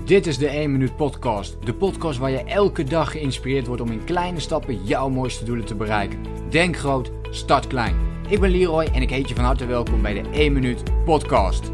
Dit is de 1 Minuut Podcast. De podcast waar je elke dag geïnspireerd wordt om in kleine stappen jouw mooiste doelen te bereiken. Denk groot, start klein. Ik ben Leroy en ik heet je van harte welkom bij de 1 Minuut Podcast.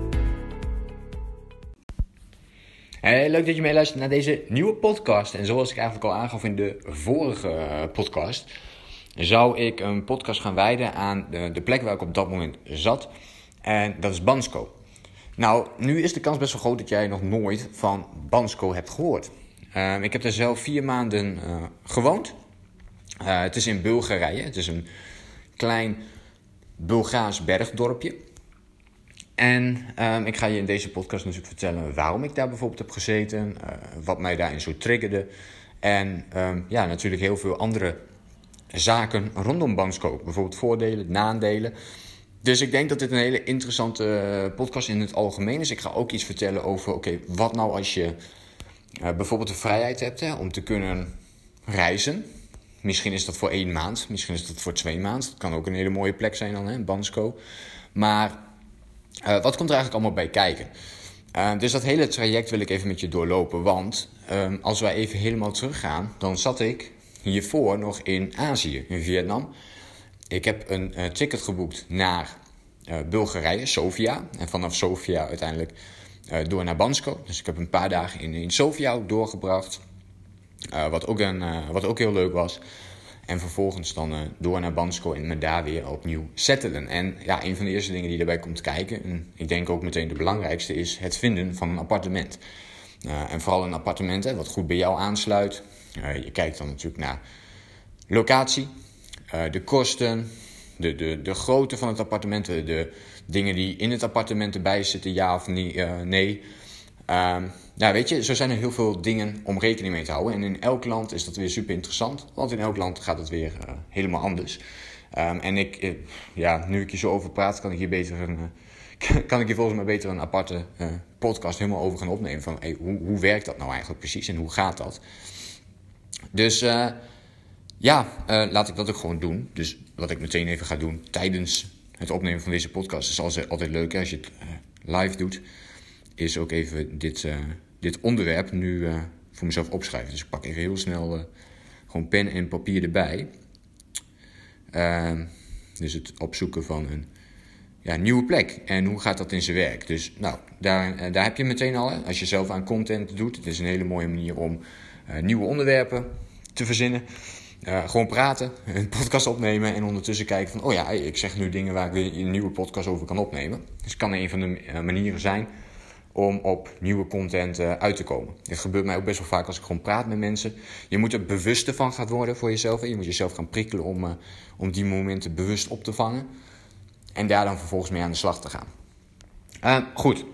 Hey, leuk dat je meeluistert naar deze nieuwe podcast. En zoals ik eigenlijk al aangaf in de vorige podcast, zou ik een podcast gaan wijden aan de plek waar ik op dat moment zat. En dat is Bansko. Nou, nu is de kans best wel groot dat jij nog nooit van Bansko hebt gehoord. Ik heb daar zelf 4 maanden gewoond. Het is in Bulgarije. Het is een klein Bulgaars bergdorpje. En ik ga je in deze podcast natuurlijk vertellen waarom ik daar bijvoorbeeld heb gezeten. Wat mij daarin zo triggerde. En natuurlijk heel veel andere zaken rondom Bansko. Bijvoorbeeld voordelen, nadelen. Dus ik denk dat dit een hele interessante podcast in het algemeen is. Ik ga ook iets vertellen over, wat nou als je bijvoorbeeld de vrijheid hebt om te kunnen reizen. Misschien is dat voor 1 maand, misschien is dat voor 2 maanden. Het kan ook een hele mooie plek zijn dan, Bansko. Maar wat komt er eigenlijk allemaal bij kijken? Dus dat hele traject wil ik even met je doorlopen. Want als wij even helemaal teruggaan, dan zat ik hiervoor nog in Azië, in Vietnam. Ik heb een ticket geboekt naar Bulgarije, Sofia. En vanaf Sofia uiteindelijk door naar Bansko. Dus ik heb een paar dagen in Sofia ook doorgebracht. Wat ook heel leuk was. En vervolgens dan door naar Bansko en me daar weer opnieuw settelen. En ja, een van de eerste dingen die daarbij komt kijken, en ik denk ook meteen de belangrijkste, is het vinden van een appartement. En vooral een appartement wat goed bij jou aansluit. Je kijkt dan natuurlijk naar locatie, de kosten, de grootte van het appartement, de dingen die in het appartement erbij zitten, ja of nee. Zo zijn er heel veel dingen om rekening mee te houden. En in elk land is dat weer super interessant, want in elk land gaat het weer helemaal anders. Nu ik hier zo over praat, kan ik hier volgens mij beter een aparte podcast helemaal over gaan opnemen. Van hoe werkt dat nou eigenlijk precies en hoe gaat dat? Dus laat ik dat ook gewoon doen. Dus wat ik meteen even ga doen tijdens het opnemen van deze podcast is altijd leuk als je het live doet. Is ook even dit onderwerp nu voor mezelf opschrijven. Dus ik pak even heel snel gewoon pen en papier erbij. Dus het opzoeken van een nieuwe plek. En hoe gaat dat in zijn werk? Dus daar heb je meteen al. Als je zelf aan content doet. Het is een hele mooie manier om nieuwe onderwerpen te verzinnen. Gewoon praten, een podcast opnemen en ondertussen kijken van, ik zeg nu dingen waar ik weer een nieuwe podcast over kan opnemen. Dus het kan een van de manieren zijn om op nieuwe content uit te komen. Dit gebeurt mij ook best wel vaak als ik gewoon praat met mensen. Je moet er bewuster van gaan worden voor jezelf. En je moet jezelf gaan prikkelen om die momenten bewust op te vangen. En daar dan vervolgens mee aan de slag te gaan.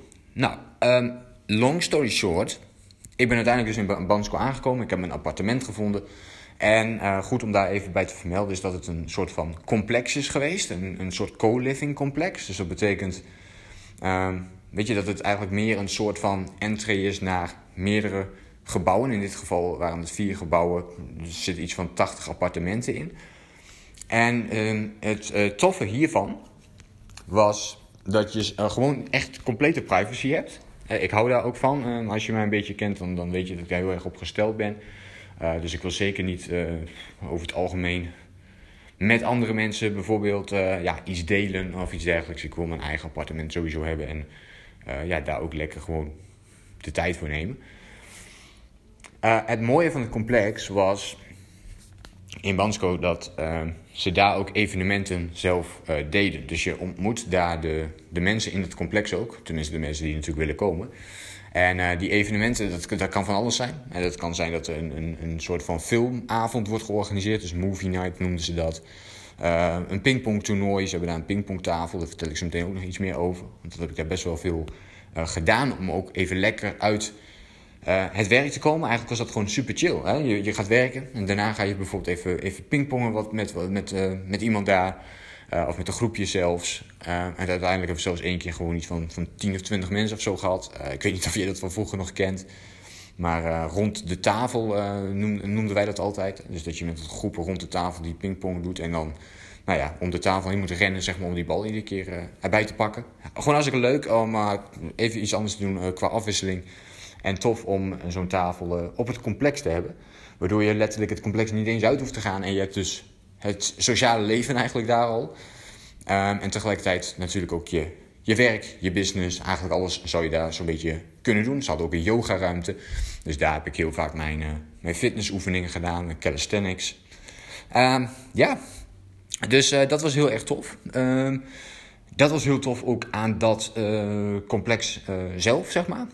Long story short. Ik ben uiteindelijk dus in Bansko aangekomen. Ik heb een appartement gevonden. En goed om daar even bij te vermelden is dat het een soort van complex is geweest. Een soort co-living complex. Dus dat betekent dat het eigenlijk meer een soort van entree is naar meerdere gebouwen. In dit geval waren het 4 gebouwen. Er zitten iets van 80 appartementen in. En het toffe hiervan was dat je gewoon echt complete privacy hebt. Ik hou daar ook van. Als je mij een beetje kent, dan weet je dat ik daar heel erg op gesteld ben. Dus ik wil zeker niet over het algemeen met andere mensen bijvoorbeeld iets delen of iets dergelijks. Ik wil mijn eigen appartement sowieso hebben en daar ook lekker gewoon de tijd voor nemen. Het mooie van het complex was in Bansko dat ze daar ook evenementen zelf deden. Dus je ontmoet daar de mensen in het complex ook. Tenminste de mensen die natuurlijk willen komen. En die evenementen, dat kan van alles zijn. En dat kan zijn dat er een soort van filmavond wordt georganiseerd. Dus movie night noemden ze dat. Een pingpongtoernooi. Ze hebben daar een pingpongtafel. Daar vertel ik zo meteen ook nog iets meer over. Want dat heb ik daar best wel veel gedaan. Om ook even lekker uit het werk te komen. Eigenlijk was dat gewoon super chill. Hè? Je gaat werken. En daarna ga je bijvoorbeeld even pingpongen met iemand daar. Of met een groepje zelfs. En uiteindelijk hebben we zelfs 1 keer gewoon iets van 10 of 20 mensen of zo gehad. Ik weet niet of je dat van vroeger nog kent. Maar rond de tafel noemden wij dat altijd. Dus dat je met groepen rond de tafel die pingpong doet. En dan om de tafel heen moet rennen, zeg maar, om die bal iedere keer erbij te pakken. Gewoon hartstikke leuk om even iets anders te doen qua afwisseling. En tof om zo'n tafel op het complex te hebben. Waardoor je letterlijk het complex niet eens uit hoeft te gaan. En je hebt dus het sociale leven eigenlijk daar al. En tegelijkertijd natuurlijk ook je werk, je business. Eigenlijk alles zou je daar zo'n beetje kunnen doen. Ze hadden ook een yogaruimte. Dus daar heb ik heel vaak mijn fitnessoefeningen gedaan. Calisthenics. Dus dat was heel erg tof. Dat was heel tof ook aan dat complex zelf, zeg maar.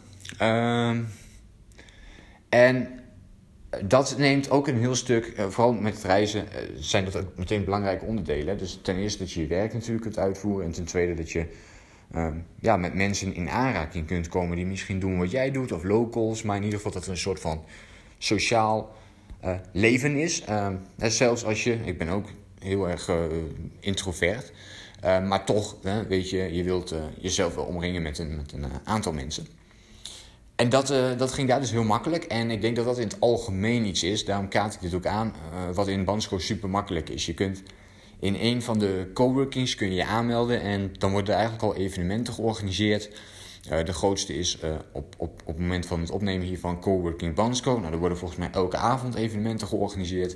En dat neemt ook een heel stuk, vooral met het reizen, zijn dat ook meteen belangrijke onderdelen. Dus ten eerste dat je je werk natuurlijk kunt uitvoeren. En ten tweede dat je met mensen in aanraking kunt komen die misschien doen wat jij doet. Of locals, maar in ieder geval dat er een soort van sociaal leven is. Zelfs als ik ben ook heel erg introvert. Maar toch, weet je wilt jezelf wel omringen met een aantal mensen. En dat ging daar dus heel makkelijk. En ik denk dat dat in het algemeen iets is. Daarom kaart ik dit ook aan. Wat in Bansko super makkelijk is. Je kunt in een van de coworkings kun je je aanmelden. En dan worden er eigenlijk al evenementen georganiseerd. De grootste is op het moment van het opnemen hiervan Coworking Bansko. Nou, er worden volgens mij elke avond evenementen georganiseerd.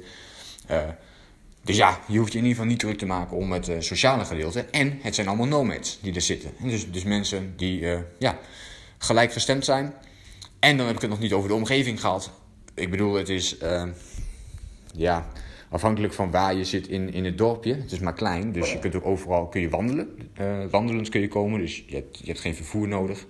Dus ja, je hoeft je in ieder geval niet druk te maken om het sociale gedeelte. En het zijn allemaal nomads die er zitten. En dus mensen die gelijkgestemd zijn. En dan heb ik het nog niet over de omgeving gehad. Ik bedoel, het is afhankelijk van waar je zit in het dorpje. Het is maar klein, dus je kunt ook overal wandelen. Wandelend kun je komen, dus je hebt geen vervoer nodig.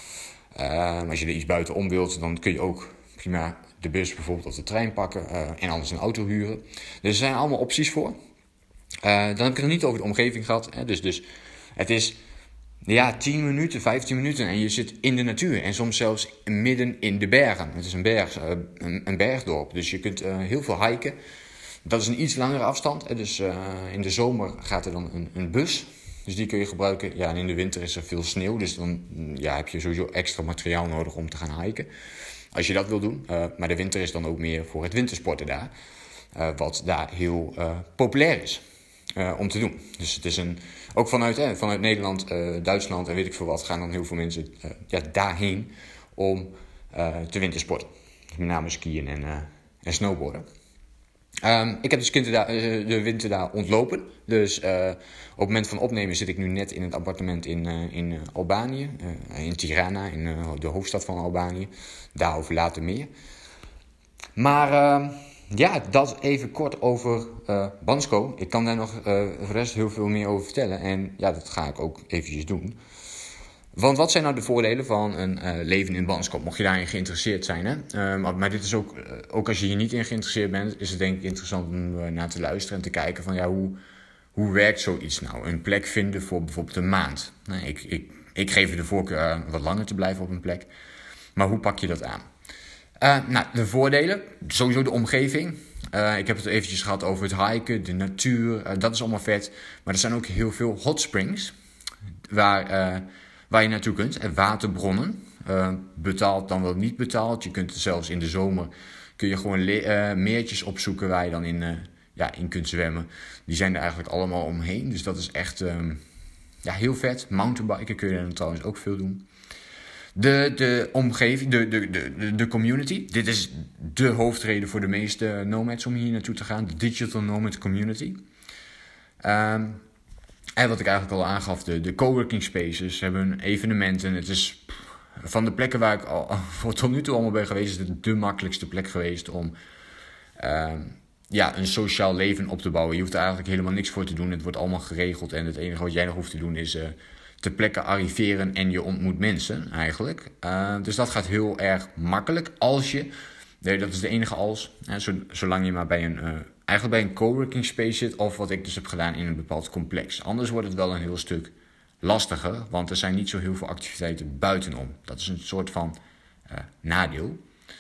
Als je er iets buitenom wilt, dan kun je ook prima de bus bijvoorbeeld of de trein pakken. En anders een auto huren. Dus er zijn allemaal opties voor. Dan heb ik het nog niet over de omgeving gehad. Dus het is 10 minuten, 15 minuten en je zit in de natuur. En soms zelfs midden in de bergen. Het is een bergdorp, dus je kunt heel veel hiken. Dat is een iets langere afstand. Dus in de zomer gaat er dan een bus. Dus die kun je gebruiken. Ja, en in de winter is er veel sneeuw. Dus dan heb je sowieso extra materiaal nodig om te gaan hiken. Als je dat wil doen. Maar de winter is dan ook meer voor het wintersporten daar. Wat daar heel populair is om te doen. Dus het is ook vanuit Nederland, Duitsland en weet ik veel wat, gaan dan heel veel mensen daarheen om te wintersporten. Met name skiën en snowboarden. Ik heb dus de winter daar ontlopen. Dus op het moment van opnemen zit ik nu net in het appartement in Albanië. In Tirana, in de hoofdstad van Albanië. Daarover later meer. Maar dat even kort over Bansko. Ik kan daar nog voor de rest heel veel meer over vertellen. En dat ga ik ook eventjes doen. Want wat zijn nou de voordelen van een leven in Bansko? Mocht je daarin geïnteresseerd zijn. Hè? Maar dit is ook als je hier niet in geïnteresseerd bent, is het denk ik interessant om naar te luisteren en te kijken van hoe werkt zoiets nou? Een plek vinden voor bijvoorbeeld een maand. Ik geef je de voorkeur aan wat langer te blijven op een plek. Maar hoe pak je dat aan? De voordelen, sowieso de omgeving. Ik heb het eventjes gehad over het hiken, de natuur. Dat is allemaal vet. Maar er zijn ook heel veel hot springs waar je naartoe kunt. En waterbronnen. Betaald dan wel niet betaald. Je kunt zelfs in de zomer kun je gewoon meertjes opzoeken waar je dan in kunt zwemmen. Die zijn er eigenlijk allemaal omheen. Dus dat is echt heel vet. Mountainbiken kun je dan trouwens ook veel doen. De omgeving, de community. Dit is de hoofdreden voor de meeste nomads om hier naartoe te gaan. De digital nomad community. En wat ik eigenlijk al aangaf, de coworking spaces hebben evenementen. Het is van de plekken waar ik tot nu toe allemaal ben geweest, is het de makkelijkste plek geweest om een sociaal leven op te bouwen. Je hoeft er eigenlijk helemaal niks voor te doen. Het wordt allemaal geregeld en het enige wat jij nog hoeft te doen is ter plekke arriveren en je ontmoet mensen eigenlijk. Dus dat gaat heel erg makkelijk als je, dat is de enige als, zolang je maar bij een coworking space zit of wat ik dus heb gedaan in een bepaald complex. Anders wordt het wel een heel stuk lastiger, want er zijn niet zo heel veel activiteiten buitenom. Dat is een soort van nadeel.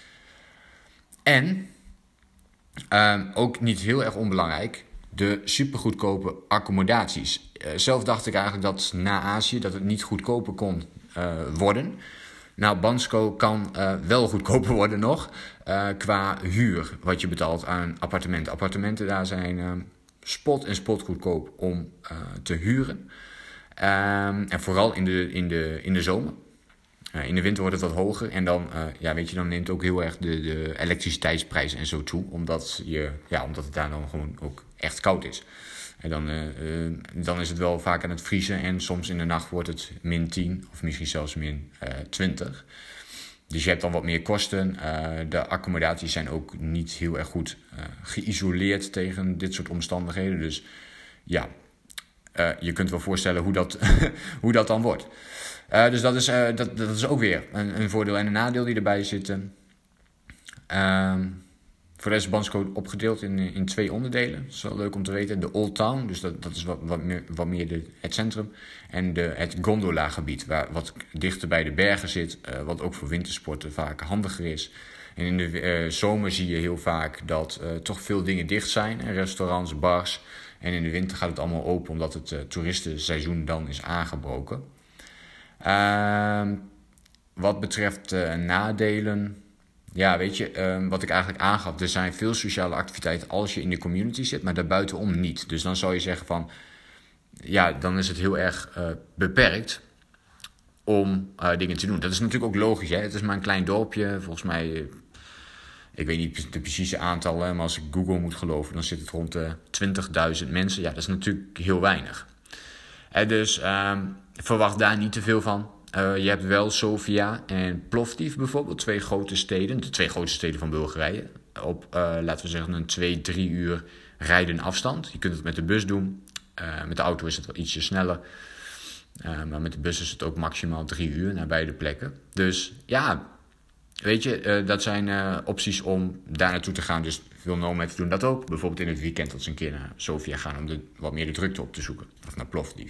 En ook niet heel erg onbelangrijk, de supergoedkope accommodaties. Zelf dacht ik eigenlijk dat na Azië dat het niet goedkoper kon worden. Nou, Bansko kan wel goedkoper worden nog qua huur wat je betaalt aan appartementen. Appartementen daar zijn spot goedkoop om te huren. En vooral in de zomer. In de winter wordt het wat hoger en dan, dan neemt ook heel erg de elektriciteitsprijs en zo toe. Omdat het daar dan gewoon ook echt koud is. En dan is het wel vaak aan het vriezen en soms in de nacht wordt het -10 of misschien zelfs -20. Dus je hebt dan wat meer kosten. De accommodaties zijn ook niet heel erg goed geïsoleerd tegen dit soort omstandigheden. Dus ja, je kunt wel voorstellen hoe dat dan wordt. Dus dat is ook weer een voordeel en een nadeel die erbij zitten. Voor de rest is Bansko opgedeeld in 2 onderdelen. Dat is wel leuk om te weten. De Old Town, dus dat is wat meer het centrum. En het gondola-gebied, wat dichter bij de bergen zit. Wat ook voor wintersporten vaak handiger is. En in de zomer zie je heel vaak dat toch veel dingen dicht zijn. Restaurants, bars. En in de winter gaat het allemaal open omdat het toeristenseizoen dan is aangebroken. Wat betreft nadelen... Ja, weet je, wat ik eigenlijk aangaf, er zijn veel sociale activiteiten als je in de community zit, maar daarbuitenom niet. Dus dan zou je zeggen van, ja, dan is het heel erg beperkt om dingen te doen. Dat is natuurlijk ook logisch, hè. Het is maar een klein dorpje, volgens mij, ik weet niet de precieze aantallen, maar als ik Google moet geloven, dan zit het rond de 20.000 mensen. Ja, dat is natuurlijk heel weinig. Dus verwacht daar niet te veel van. Je hebt wel Sofia en Plovdiv bijvoorbeeld, 2 grote steden. De 2 grootste steden van Bulgarije. Op, laten we zeggen, een 2-3 uur rijden afstand. Je kunt het met de bus doen. Met de auto is het wel ietsje sneller. Maar met de bus is het ook maximaal 3 uur naar beide plekken. Dus ja, weet je, dat zijn opties om daar naartoe te gaan. Dus veel nomads doen dat ook. Bijvoorbeeld in het weekend dat ze een keer naar Sofia gaan om wat meer de drukte op te zoeken. Of naar Plovdiv.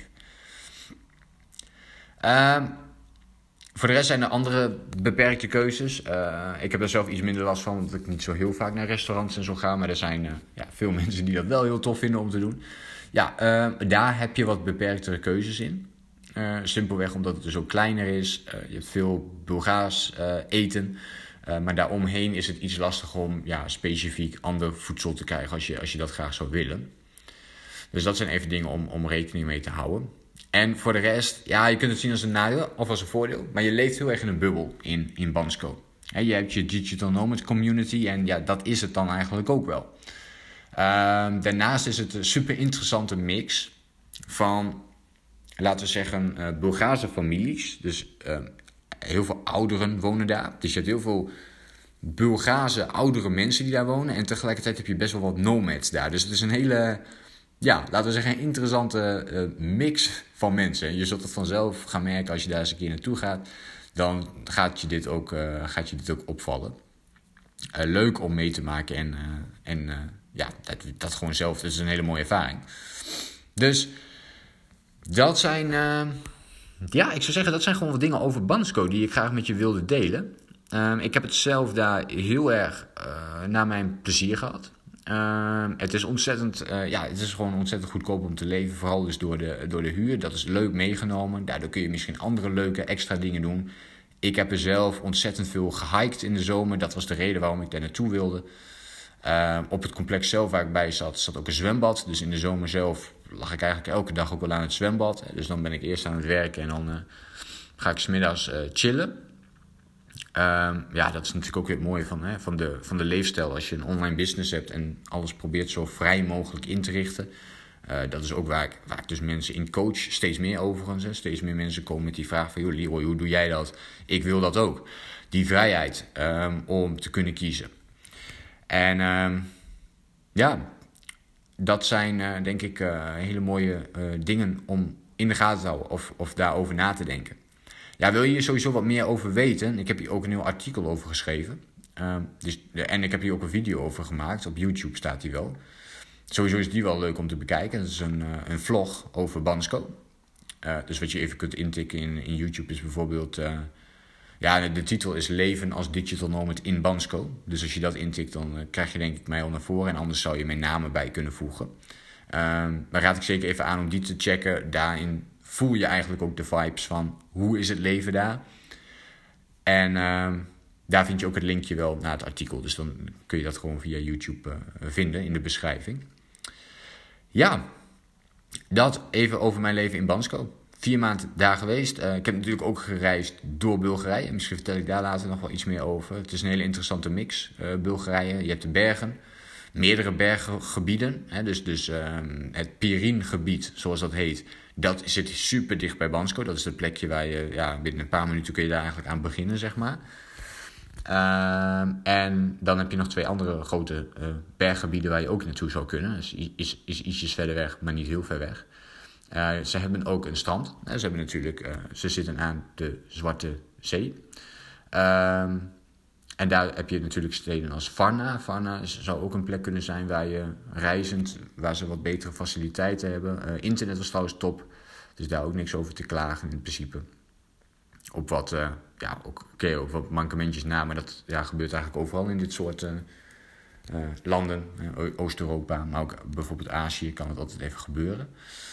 Voor de rest zijn er andere beperkte keuzes. Ik heb er zelf iets minder last van, omdat ik niet zo heel vaak naar restaurants en zo ga. Maar er zijn veel mensen die dat wel heel tof vinden om te doen. Ja, daar heb je wat beperktere keuzes in. Simpelweg omdat het dus ook kleiner is. Je hebt veel Bulgaars eten. Maar daaromheen is het iets lastiger om specifiek ander voedsel te krijgen als je dat graag zou willen. Dus dat zijn even dingen om rekening mee te houden. En voor de rest, ja, je kunt het zien als een nadeel of als een voordeel. Maar je leeft heel erg in een bubbel in Bansko. Je hebt je digital nomad community en ja, dat is het dan eigenlijk ook wel. Daarnaast is het een super interessante mix van, laten we zeggen, Bulgaarse families. Dus heel veel ouderen wonen daar. Dus je hebt heel veel Bulgaarse oudere mensen die daar wonen. En tegelijkertijd heb je best wel wat nomads daar. Dus het is een hele... Ja, laten we zeggen een interessante mix van mensen. Je zult het vanzelf gaan merken als je daar eens een keer naartoe gaat. Dan gaat je dit ook opvallen. Leuk om mee te maken dat gewoon zelf. Dat is een hele mooie ervaring. Dus dat zijn... ik zou zeggen dat zijn gewoon wat dingen over Bansko die ik graag met je wilde delen. Ik heb het zelf daar heel erg naar mijn plezier gehad. Het is gewoon ontzettend goedkoop om te leven. Vooral dus door de huur. Dat is leuk meegenomen. Daardoor kun je misschien andere leuke extra dingen doen. Ik heb er zelf ontzettend veel gehiked in de zomer. Dat was de reden waarom ik daar naartoe wilde. Op het complex zelf waar ik bij zat ook een zwembad. Dus in de zomer zelf lag ik eigenlijk elke dag ook wel aan het zwembad. Dus dan ben ik eerst aan het werken en dan ga ik 's middags chillen. Dat is natuurlijk ook weer het mooie van de leefstijl. Als je een online business hebt en alles probeert zo vrij mogelijk in te richten. Dat is ook waar ik dus mensen in coach. Steeds meer overigens. Steeds meer mensen komen met die vraag van... joh, Leroy, hoe doe jij dat? Ik wil dat ook. Die vrijheid om te kunnen kiezen. En dat zijn denk ik hele mooie dingen om in de gaten te houden. Of daarover na te denken. Ja, wil je hier sowieso wat meer over weten? Ik heb hier ook een heel artikel over geschreven. En ik heb hier ook een video over gemaakt. Op YouTube staat die wel. Sowieso is die wel leuk om te bekijken. Dat is een vlog over Bansko. Dus wat je even kunt intikken in YouTube is bijvoorbeeld... de titel is Leven als Digital Nomad in Bansko. Dus als je dat intikt, dan krijg je denk ik mij al naar voren. En anders zou je mijn namen bij kunnen voegen. Maar raad ik zeker even aan om die te checken. Daarin voel je eigenlijk ook de vibes van hoe is het leven daar. En daar vind je ook het linkje wel naar het artikel. Dus dan kun je dat gewoon via YouTube vinden in de beschrijving. Ja, dat even over mijn leven in Bansko. 4 maanden daar geweest. Ik heb natuurlijk ook gereisd door Bulgarije. Misschien vertel ik daar later nog wel iets meer over. Het is een hele interessante mix, Bulgarije. Je hebt de bergen, meerdere berggebieden. Hè, dus het Pirin-gebied, zoals dat heet, dat zit super dicht bij Bansko. Dat is het plekje waar je, binnen een paar minuten kun je daar eigenlijk aan beginnen, zeg maar. En dan heb je nog 2 andere grote berggebieden waar je ook naartoe zou kunnen. Dus is ietsjes verder weg, maar niet heel ver weg. Ze hebben ook een strand. Ze zitten aan de Zwarte Zee. En daar heb je natuurlijk steden als Varna. Varna zou ook een plek kunnen zijn waar je reizend, waar ze wat betere faciliteiten hebben. Internet was trouwens top, dus daar ook niks over te klagen in principe. Op wat, op wat mankementjes na, maar dat gebeurt eigenlijk overal in dit soort landen. Oost-Europa, maar ook bijvoorbeeld Azië kan het altijd even gebeuren.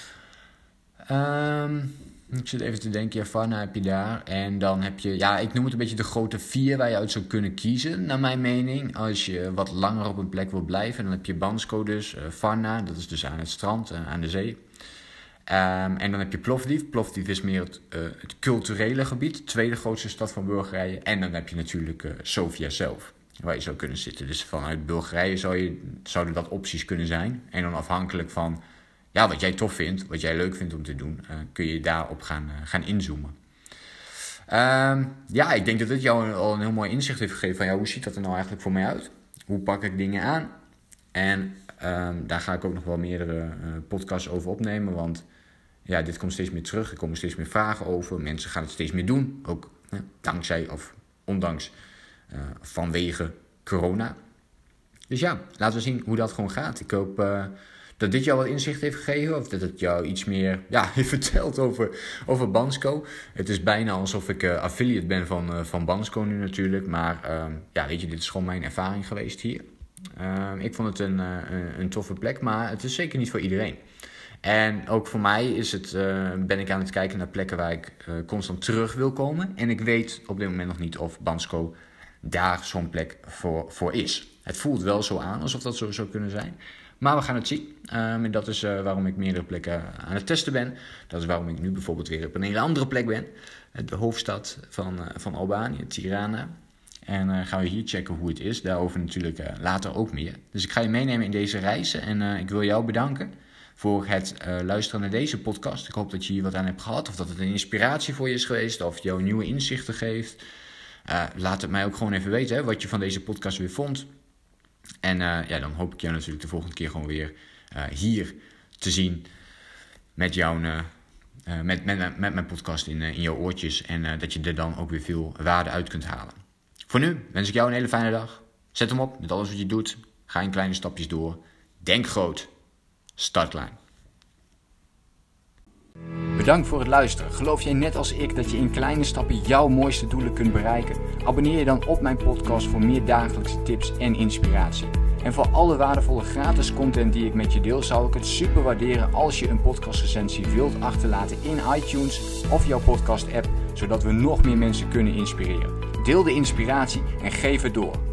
Ik zit even te denken, Varna heb je daar. En dan heb je, ik noem het een beetje de grote 4 waar je uit zou kunnen kiezen, naar mijn mening. Als je wat langer op een plek wil blijven, dan heb je Bansko dus, Varna, dat is dus aan het strand, aan de zee. En dan heb je Plovdiv. Plovdiv is meer het culturele gebied, de tweede grootste stad van Bulgarije. En dan heb je natuurlijk Sofia zelf, waar je zou kunnen zitten. Dus vanuit Bulgarije zouden dat opties kunnen zijn. En dan afhankelijk van wat jij tof vindt, wat jij leuk vindt om te doen, kun je daarop gaan inzoomen. Ik denk dat dit jou al een heel mooi inzicht heeft gegeven van hoe ziet dat er nou eigenlijk voor mij uit? Hoe pak ik dingen aan? En daar ga ik ook nog wel meerdere podcasts over opnemen, want dit komt steeds meer terug. Er komen steeds meer vragen over. Mensen gaan het steeds meer doen, ook dankzij of ondanks vanwege corona. Dus laten we zien hoe dat gewoon gaat. Ik hoop dat dit jou wat inzicht heeft gegeven, of dat het jou iets meer heeft verteld over Bansko. Het is bijna alsof ik affiliate ben van Bansko nu natuurlijk, maar dit is gewoon mijn ervaring geweest hier. Ik vond het een toffe plek, maar het is zeker niet voor iedereen. En ook voor mij ben ik aan het kijken naar plekken waar ik constant terug wil komen. En ik weet op dit moment nog niet of Bansko daar zo'n plek voor is. Het voelt wel zo aan alsof dat zo zou kunnen zijn. Maar we gaan het zien. En dat is waarom ik meerdere plekken aan het testen ben. Dat is waarom ik nu bijvoorbeeld weer op een hele andere plek ben. De hoofdstad van Albanië, Tirana. En gaan we hier checken hoe het is. Daarover natuurlijk later ook meer. Dus ik ga je meenemen in deze reizen. En ik wil jou bedanken voor het luisteren naar deze podcast. Ik hoop dat je hier wat aan hebt gehad. Of dat het een inspiratie voor je is geweest. Of het jou nieuwe inzichten geeft. Laat het mij ook gewoon even weten wat je van deze podcast weer vond. En dan hoop ik jou natuurlijk de volgende keer gewoon weer hier te zien met jouw met mijn podcast in jouw oortjes. En dat je er dan ook weer veel waarde uit kunt halen. Voor nu wens ik jou een hele fijne dag. Zet hem op met alles wat je doet. Ga in kleine stapjes door. Denk groot. Start klein. Bedankt voor het luisteren. Geloof jij net als ik dat je in kleine stappen jouw mooiste doelen kunt bereiken? Abonneer je dan op mijn podcast voor meer dagelijkse tips en inspiratie. En voor alle waardevolle gratis content die ik met je deel, zou ik het super waarderen als je een podcastrecensie wilt achterlaten in iTunes of jouw podcast app, zodat we nog meer mensen kunnen inspireren. Deel de inspiratie en geef het door.